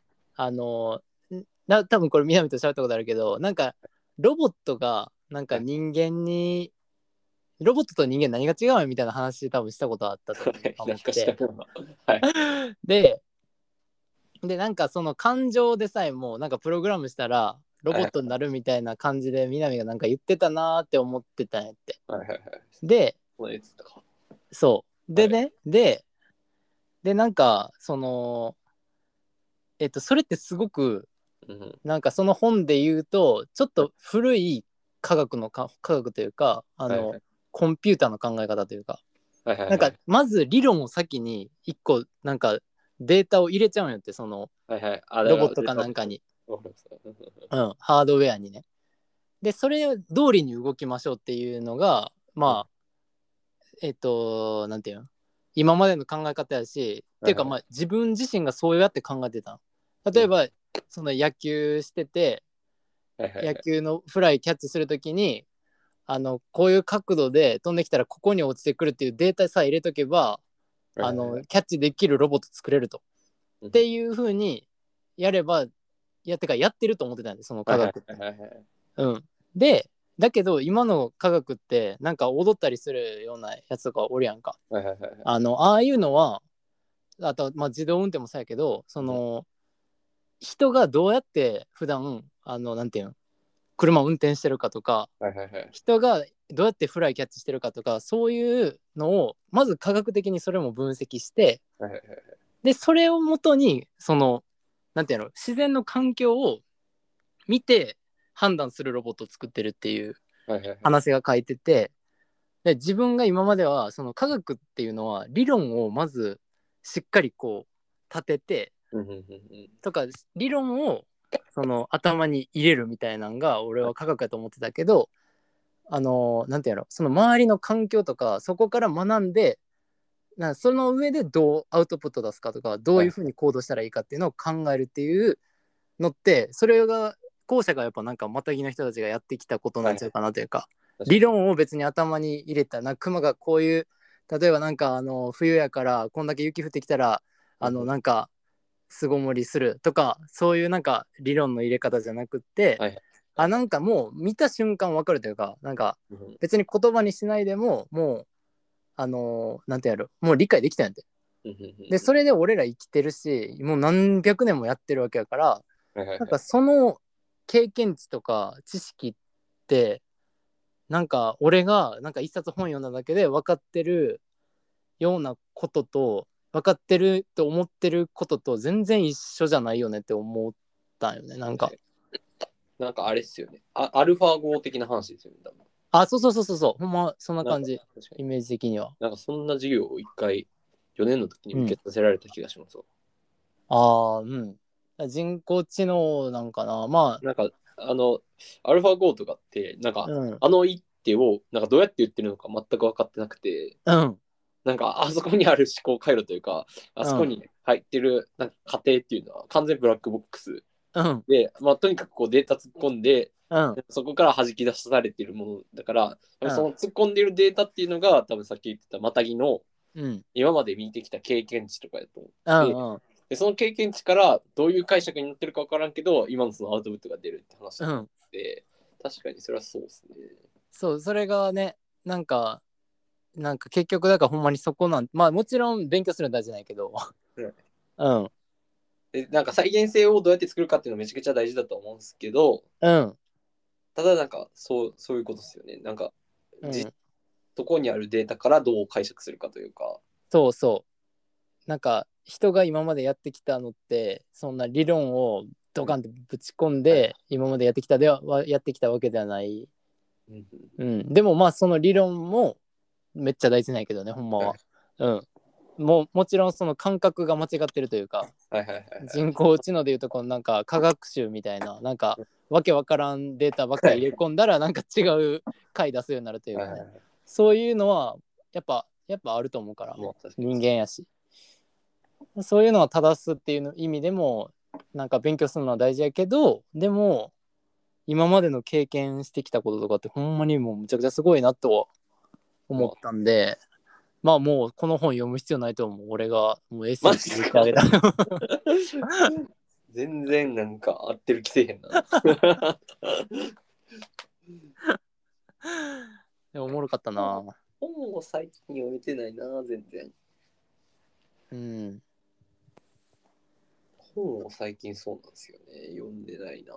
多分これ南と喋ったことあるけど、なんかロボットがなんか人間に、ロボットと人間何が違うみたいな話多分したことあったと思なんかしたってような。はい。 でなんかその感情でさえもなんかプログラムしたらロはいはいボットになるみたいな感じで南がなんか言ってたなーって思ってたんやって。 はいはいはい。 でそのやつとか。 そうはい。 でね、なんかそのそれってすごくうん。 なんかその本で言うとちょっと古い科学というかはいはいコンピューターの考え方というか、なんかはいはいはい。 まず理論を先に一個なんかデータを入れちゃうんやって、そのはいはい。あ、だから、 ロボットかなんかに、 わかります。うんハードウェアにね。でそれ通りに動きましょうっていうのがまあなんていうの、今までの考え方やし、っていうかまあ自分自身がそうやって考えてたの。例えば、その野球してて野球のフライキャッチするときにこういう角度で飛んできたらここに落ちてくるっていうデータさえ入れとけばキャッチできるロボット作れるとっていう風にやればやってると思ってたんで、その科学って。うん。でだけど今の科学ってなんか踊ったりするようなやつとかおるやんか。ああいうのはあとまあ自動運転もそうやけど、その人がどうやって普段なんていうの車を運転してるかとか、人がどうやってフライキャッチしてるかとか、そういうのをまず科学的にそれも分析して、でそれをもとにそのなんていうの自然の環境を見て判断するロボットを作ってるっていう話が書いてて、で自分が今まではその科学っていうのは理論をまずしっかりこう立ててとか、理論をその頭に入れるみたいなのが俺は科学やと思ってたけど、なんていうのその周りの環境とかそこから学んで、その上でどうアウトプット出すかとか、どういうふうに行動したらいいかっていうのを考えるっていうのって、それが後者がやっぱなんかまたぎの人たちがやってきたことなんちゃうかなというか、理論を別に頭に入れたな、クマがこういう、例えばなんか冬やからこんだけ雪降ってきたらなんか巣ごもりするとか、そういうなんか理論の入れ方じゃなくって、なんかもう見た瞬間分かるというか、なんか別に言葉にしないでももうなんてやる、もう理解できたんやんて。でそれで俺ら生きてるし、もう何百年もやってるわけやから、なんかその経験値とか知識ってなんか俺がなんか一冊本読んだだけで分かってるようなことと、分かってると思ってることと全然一緒じゃないよねって思ったんよね。なんかなんかあれっすよね。アルファ号的な話ですよね、多分。 そうほんまそんな感じ、イメージ的には。 なんかそんな授業を一回4年の時に受けさせられた気がしますわ。 人工知能なんかな、まあなんかアルファ号とかってなんか、一手をなんかどうやって言ってるのか全く分かってなくて、なんかあそこにある思考回路というか、あそこに入ってるなんか過程っていうのは完全ブラックボックスで、まあ、とにかくこうデータ突っ込んで、そこから弾き出されているものだから、その突っ込んでいるデータっていうのが多分さっき言ってたマタギの今まで見てきた経験値とかやと思って、でその経験値からどういう解釈になってるか分からんけど、今のそのアウトプットが出るって話なので、確かにそれはそうですね。 そう、それがね、なんか結局だからほんまにそこなん、まあもちろん勉強するの大事ないけど、 でなんか再現性をどうやって作るかっていうのはめちゃくちゃ大事だと思うんですけど、ただなんかそういうことですよね。なんか、そこにあるデータからどう解釈するかというか。 なんか人が今までやってきたのってそんな理論をドカンってぶち込んで今までやってきたわけではない、でもまあその理論もめっちゃ大事ないけどね、ほんまは。もちろんその感覚が間違ってるというか、人工知能でいうとこのなんか科学習みたいな、なんかわけわからんデータばっかり入れ込んだらなんか違う回出すようになるというかね、そういうのはやっぱあると思うから、人間やし、そういうのを正すっていう意味でもなんか勉強するのは大事やけど、でも今までの経験してきたこととかってほんまにもうむちゃくちゃすごいなとは思ったんで、まあもうこの本読む必要ないと思う。俺がもうエッセイマジ言ってあげた。 全然なんか合ってる気せえへんな。 でもおもろかったな。 本を最近読めてないな、全然。 うん。 本を最近そうなんですよね。読んでないな。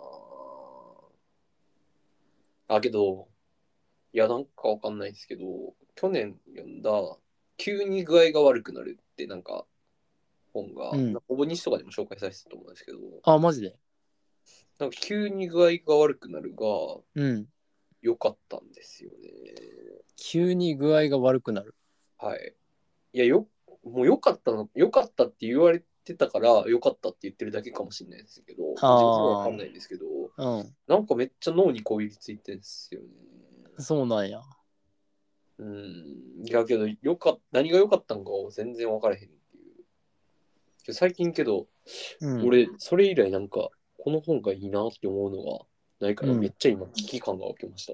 けど、いや、なんかわかんないですけど、去年読んだ、急に具合が悪くなるってなんか本が、 うん。 ほぼ日とかでも紹介されてたと思うんですけど、 あ、マジで。 なんか急に具合が悪くなるがうん。 良かったんですよね。 急に具合が悪くなる。 はい。いや、もう良かったって言われてたから良かったって言ってるだけかもしれないですけど、自分ではわかんないんですけど、 うん。 なんかめっちゃ脳に攻撃ついてるんですよね。 そうなんや。 うん。いやけど、何が良かったんか全然分からへんっていう。最近けど、 うん。 俺、それ以来なんか、この本がいいなって思うのがないから、 うん。 めっちゃ今、危機感が起きました。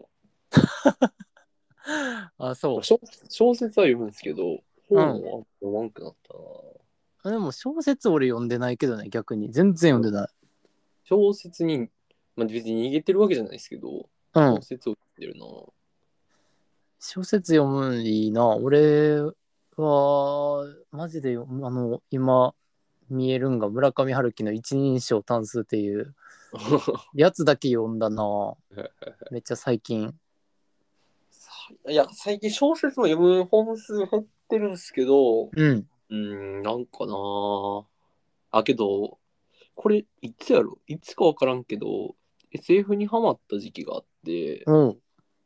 あ、そ小説は読むんですけど、 う。う本ん。 は読まんくなったな。 でも小説俺読んでないけどね、逆に。全然読んでない。 小説に、まあ、別に逃げてるわけじゃないですけど、 うん。 小説を読んでるな。 小説読むんいいな。俺は、マジで、今、見えるんが村上春樹の一人称単数っていうやつだけ読んだな。めっちゃ最近。 いや、最近小説も読む本数減ってるんですけど、 うん。 なんかな。けど、これ、いつかわからんけど、SF にハマった時期があって、 うん。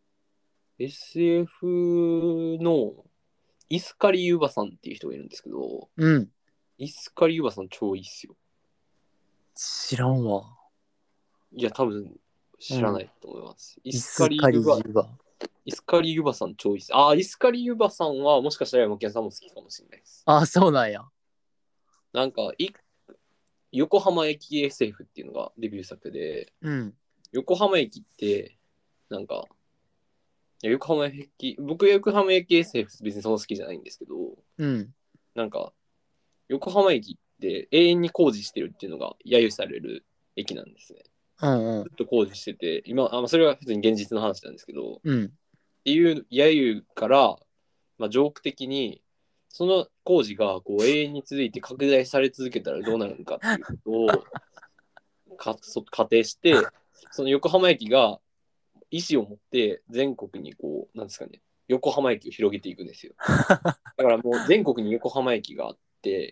SF のイスカリユバさんっていう人がいるんですけど、 うん。 イスカリユバさん超いいっすよ。 知らんわ。 いや、多分うん。 知らないと思います。 イスカリユバ。 イスカリユバさん超いいっす。イスカリユバさんはもしかしたら山県さんも好きかもしれないです。 あ、そうなんや。 なんか、横浜駅 SF っていうのがデビュー作で、 うん。 横浜駅って、なんか、僕横浜駅 SF 別にそんな好きじゃないんですけど、 うん。 なんか、横浜駅って永遠に工事してるっていうのが揶揄される駅なんですね。 うんうん。 ずっと工事してて、それは普通に現実の話なんですけど、っうん。 ていう揶揄から、ジョーク的に、その工事がこう永遠に続いて拡大され続けたらどうなるのかっていうことを仮定して、その横浜駅が意思を持って全国にこう、なんですかね、横浜駅を広げていくんですよ。だからもう全国に横浜駅があって、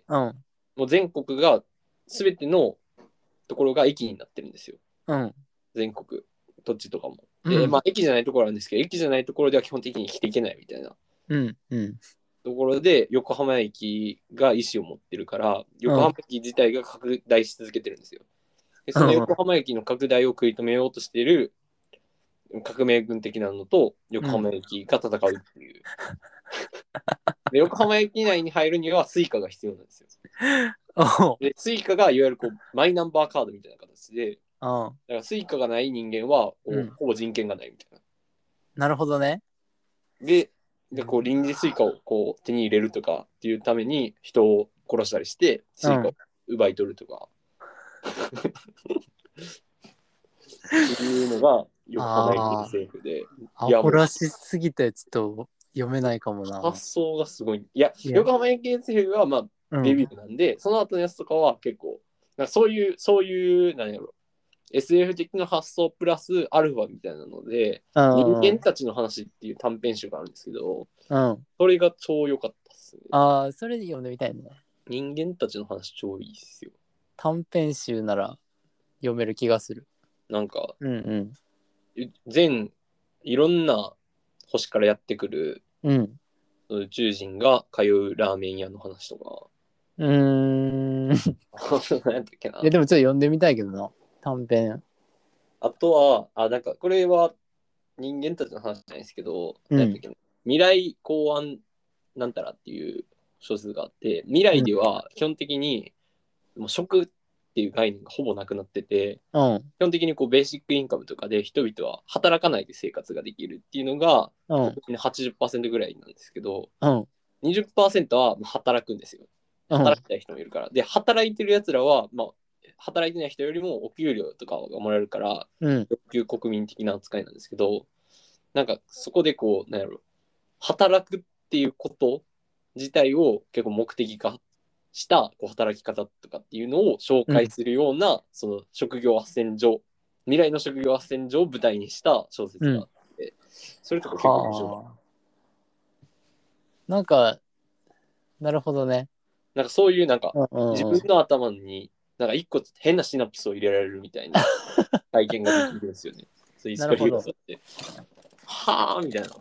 うん。 もう全国が全てのところが駅になってるんですよ。 うん。 全国、土地とかも。で、 うん。 駅じゃないところあるんですけど、駅じゃないところでは基本的に生きていけないみたいなうん。うん。 ところで、横浜駅が意思を持ってるから、 うん。 横浜駅自体が拡大し続けてるんですよ。で、そのうん。 横浜駅の拡大を食い止めようとしている革命軍的なのと横浜駅が戦うっていう。で、横浜駅内に入るにはスイカが必要なんですよ。 おで、スイカがいわゆるこうマイナンバーカードみたいな形で、 あ。 だからスイカがない人間はこう、 うん。 ほぼ人権がないみたいな。 なるほどね。 こう臨時スイカをこう手に入れるとかっていうために人を殺したりしてスイカをうん。 奪い取るとかっていうのが横浜駅あ SF で、 あ。アいやもうホらしすぎてちょっと読めないかもな。 発想がすごい。いや、 いや。 横浜駅 SF はデビュうん。 ーなんで、その後のやつとかは結構、なんかそういう、何やろ、SF 的な発想プラスアルファみたいなので、 う人ん。うん。 間たちの話っていう短編集があるんですけど、 うん。 それが超良かったっすね。 ああ、それで読んでみたいね。 人間たちの話超いいっすよ。 短編集なら読める気がする。 なんか、 うん。 全、いろんな星からやってくるうん。 宇宙人が通うラーメン屋の話とか、 うーん。 何やったっけな。 でもちょっと読んでみたいけどな。短編。 あとは、なんかこれは人間たちの話じゃないですけど、 うん。 何やったっけな。未来公安なんたらっていう小説があって、未来うん。 では基本的にもう食ってっていう概念がほぼなくなってて、 うん。 基本的にこうベーシックインカムとかで人々は働かないで生活ができるっていうのが、 うん。 国民の 80% ぐらいなんですけど、 うん。 20% は働くんですよ。 うん。 働きたい人もいるから。で、働いてる奴らは、まあ、働いてない人よりもお給料とかがもらえるから、 うん。 欲求国民的な扱いなんですけど、なんかそこでこう、なんやろ、働くっていうこと自体を結構目的化したこう働き方とかっていうのを紹うん。 介するような、その職業斡旋所、未来の職業斡旋所を舞台にした小説があって、それとか結構面白かった。 はあ。なんか、なるほどね。 なんかそういうなんかうんうんうん。 自分の頭になんか一個変なシナプスを入れられるみたいな体験ができるんですよね。そういうストーリー要なるほど。 素って。はあみたいな。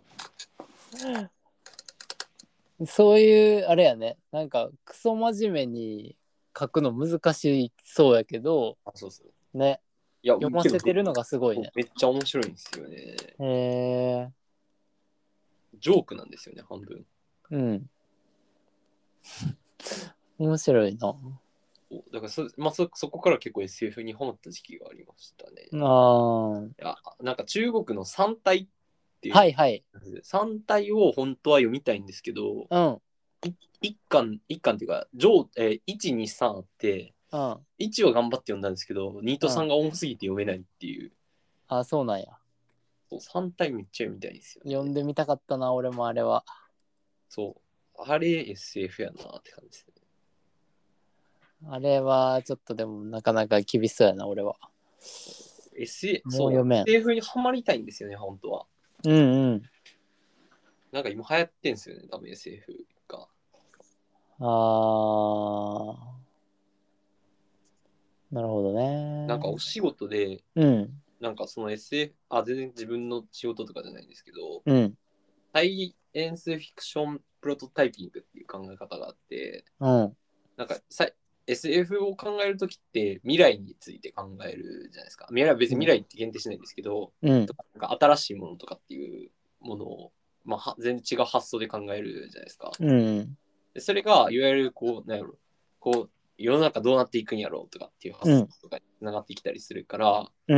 そういう、あれやね。なんか、クソ真面目に書くの難しそうやけど、 あ、そうそう。 ね。 いや、 読まけどせてるのがすごいね。 めっちゃ面白いんですよね。 へえ。 ジョークなんですよね、半分。 うん。面白いな。 だからまあ、そこから結構 SF にハマった時期がありましたね。 ああ。 いや、なんか中国の三体っていう、 はいはい。 三体を本当は読みたいんですけど、 うん。 一巻っていうか、1、2、3あって、 うん。 1は頑張って読んだんですけど、2とうん。 3が重すぎて読めないっていう、 あ、そうなんや。 そう3体めっちゃ読みたいんですよね。 読んでみたかったな、俺もあれは。 そう。あれ SF やなって感じですね。 あれはちょっとでもなかなか厳しそうやな、俺は。 そう、 もう読めん。 SF にハマりたいんですよね、本当は。 うんうん。 なんか今流行ってんすよね、多分 SF が。 あー、なるほどなんかね。 お仕事で、 うん。 なんかその SF、全然自分の仕事とかじゃないんですけど、 うん。 サイエンスフィクションプロトタイピングっていう考え方があって、 うん。 なんかSF を考えるときって未来について考えるじゃないですか。未来は別に未来って限定しないんですけど、 うん。 なんか新しいものとかっていうものを、まあ、全然違う発想で考えるじゃないですか。 うん。 でそれがいわゆるこう、なんやろ、こう、世の中どうなっていくんやろうとかっていう発想うん。 とかにつながってきたりするから、 うん。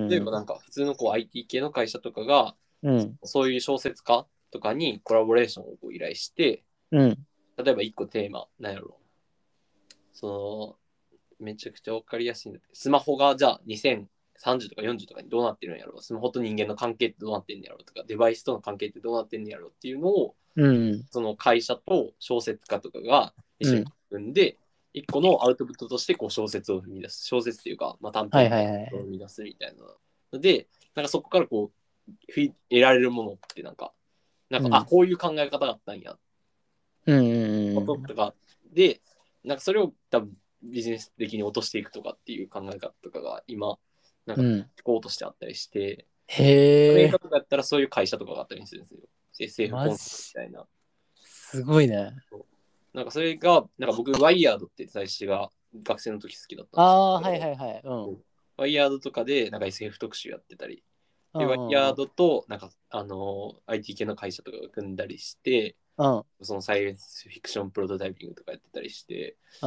例えばなんか普通のこう IT 系の会社とかが、 うん。 そういう小説家とかにコラボレーションをこう依頼して、 うん。 例えば一個テーマ、なんやろ、その、めちゃくちゃわかりやすいんだけど、スマホがじゃあ2030とか40とかにどうなってるんやろう、スマホと人間の関係ってどうなってんやろうとか、デバイスとの関係ってどうなってんやろうっていうのを、 うん。 その会社と小説家とかが一緒にうん。 組んで、一個のアウトプットとしてこう小説を生み出す。小説っていうか、まあ、短はい編はいはい。 を生み出すみたいなので、なんかそこからこう、得られるものってなんか、あ、 うん。 こういう考え方があったんや、 うん。うん。 こととかで、なんかそれを多分ビジネス的に落としていくとかっていう考え方とかが今、なんかうん。 思考としてあったりして、アメへえ。 リカとかやったらそういう会社とかがあったりするんですよ。SF マジ。 コンサルみたいな。 すごいね。 なんかそれが、なんか僕、ワイヤードって雑誌が学生の時好きだったんですああー、はいはけど、 いはい。うん。 ワイヤードとかでなんか SF 特集やってたり、で、ワイうんうんうん。 ヤードとなんか、IT 系の会社とかが組んだりして、 うん。 そのサイエンスフィクションプロトタイピングとかやってたりして、 うん。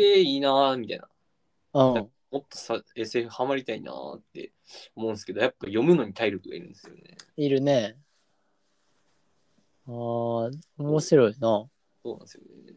いいなーみたいな。 うん。 もっとSF ハマりたいなーって思うんですけど、やっぱ読むのに体力がいるんですよね。 いるね。ああ、面そう白いな。 そうなんですよね。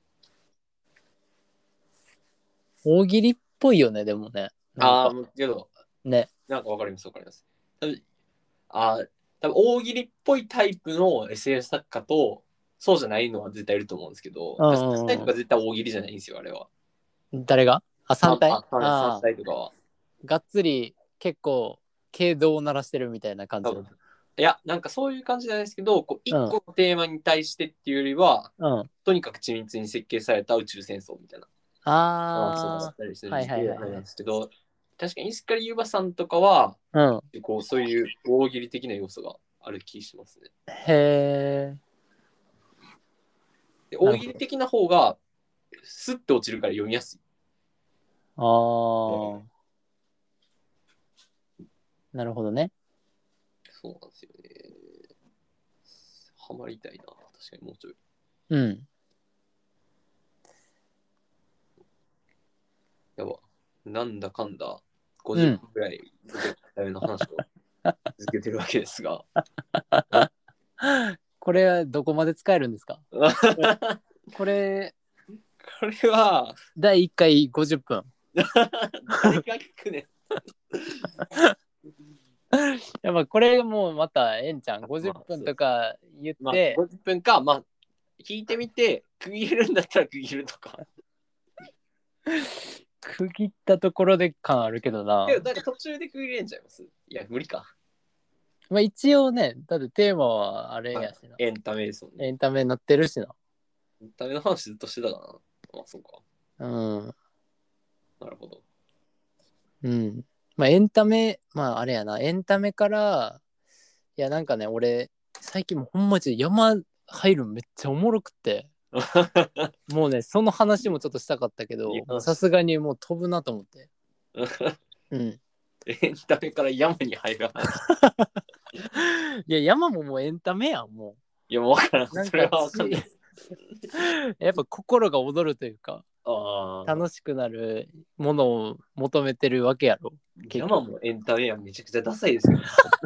大喜利っぽいよね、でもね。なんか、 もうけど、 ね。 なんかわかります、わかります。多分あー多分大喜利っぽいタイプの SF 作家と、そうじゃないのは絶対いると思うんですけど、 う 3体とかんうん絶対大喜利じゃないんですよ、あれは。 うん。誰があ、3体 3 ああ体とかは。 ー、がっつり結構、軽動を鳴らしてるみたいな感じの。 多分。いや、なんかそういう感じじゃないですけど、こううん。 一個のテーマに対してっていうよりは、 うん。 とにかく緻密に設計された宇宙戦争みたいな話とかだっあたりすあ、はいるんで、あれなんはいはいはい。 ですけど、確かに石狩ゆばさんとかは、 うん。 こうそういう大喜利的な要素がある気しますね。 へえ、 でなるほど。 大喜利的な方が、スッと落ちるから読みやすい。 ああ、なるほどね。 そうなんですよね。ハマりたいな。確かにもうちょい。 うん。 やば。 なんだかんだう 50 ん分くらいための話を続けてるわけですが、 これはどこまで使えるんですか？これ、 これは第1回50分。 誰が聞くねん。 やっぱこれもまたええんちゃん。50分とか言っまあ、 て、 50分か、まあ、聞いてみて、区切るんだったら区切るとか。 区切ったところで感あるけどな。 でも、なんか途中で区切れんちゃいます？いや、無理か。 まあ一応ね、だってテーマはあれやしな。 エンタメですもんね。 エンタメになってるしな。 エンタメの話ずっとしてたかな。まあ、そうか。 うん。 なるほど。 うん。まあエンタメ、まああれやな。エンタメから、いやなんかね、俺、最近もうほんまに山入るめっちゃおもろくて。もうね、その話もちょっとしたかったけど、さすがにもう飛ぶなと思って。うん。 エンタメから山に入る話。 いや、山ももうエンタメやん、もいや、もう分からん。 う。なんそれかは分かんない。 やっぱ心が躍るというか、 ああ。 楽しくなるものを求めてるわけやろ。 山もエンタメやめちゃくちゃダサいですけど。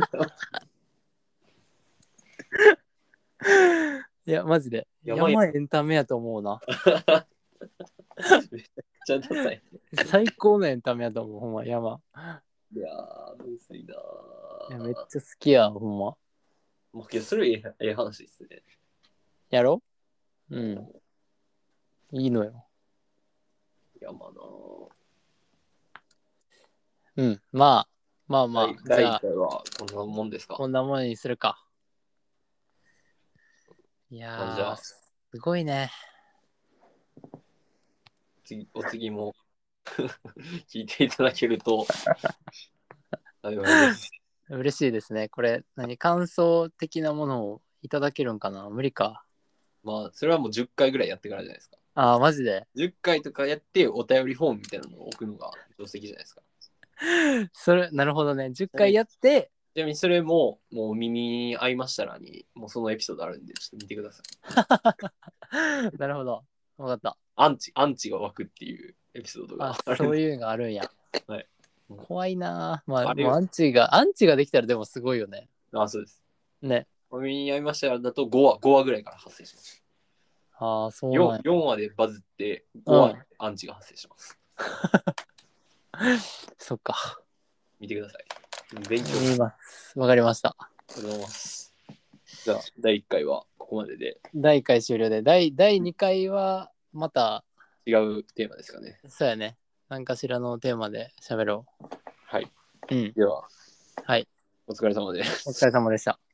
いや、マジで。 山山エンタメやと思うな。 めちゃくちゃダサい。 最高のエンタメやと思う、ほんま、山。 いやー、むずいなー。 いやめっちゃ好きや、ほんま。 まあ、けどそれええ話ですね。 やろうん。いいのよ。 山なー。 うん。まあ、まあまあ、じ第1 ゃあ、 回はこんなもんですか。 こんなものにするか。いじゃやー、 あ、 すごいね。 お次も聞いていただけると幸いです。 嬉しいですね。これ、感想的なものをいただけるんかな？無理か。 まあ、それはもう10回ぐらいやってからじゃないですか。 ああ、マジで。 10回とかやってお便りフォームみたいなのを置くのが定石じゃないですか。 それ、なるほどね。10回やって、 ちなみにそれも、もうお耳に合いましたらに、もうそのエピソードあるんで、ちょっと見てください。 なるほど。わかった。 アンチが湧くっていうエピソードがあ、 あるんで。 そういうのがあるんや。 はい。 怖いなぁ。まあ、 あれもうアンチができたらでもすごいよね。 あ、そうです。 ね。 お耳に合いましたらだと5話ぐらいから発生します。 ああ、そうなんや。 4話でバズって5話でアンチが発生します。 そっか。 見てください。勉強見ます。わかりました。 ありがとうございます。じゃあ、第1回はここまでで第1回終了で、第2回はまた、 違うテーマですかね。 そうやね。何かしらのテーマで喋ろはい。 う。うん。 では、 はい。 お疲れ様です。 お疲れ様でした。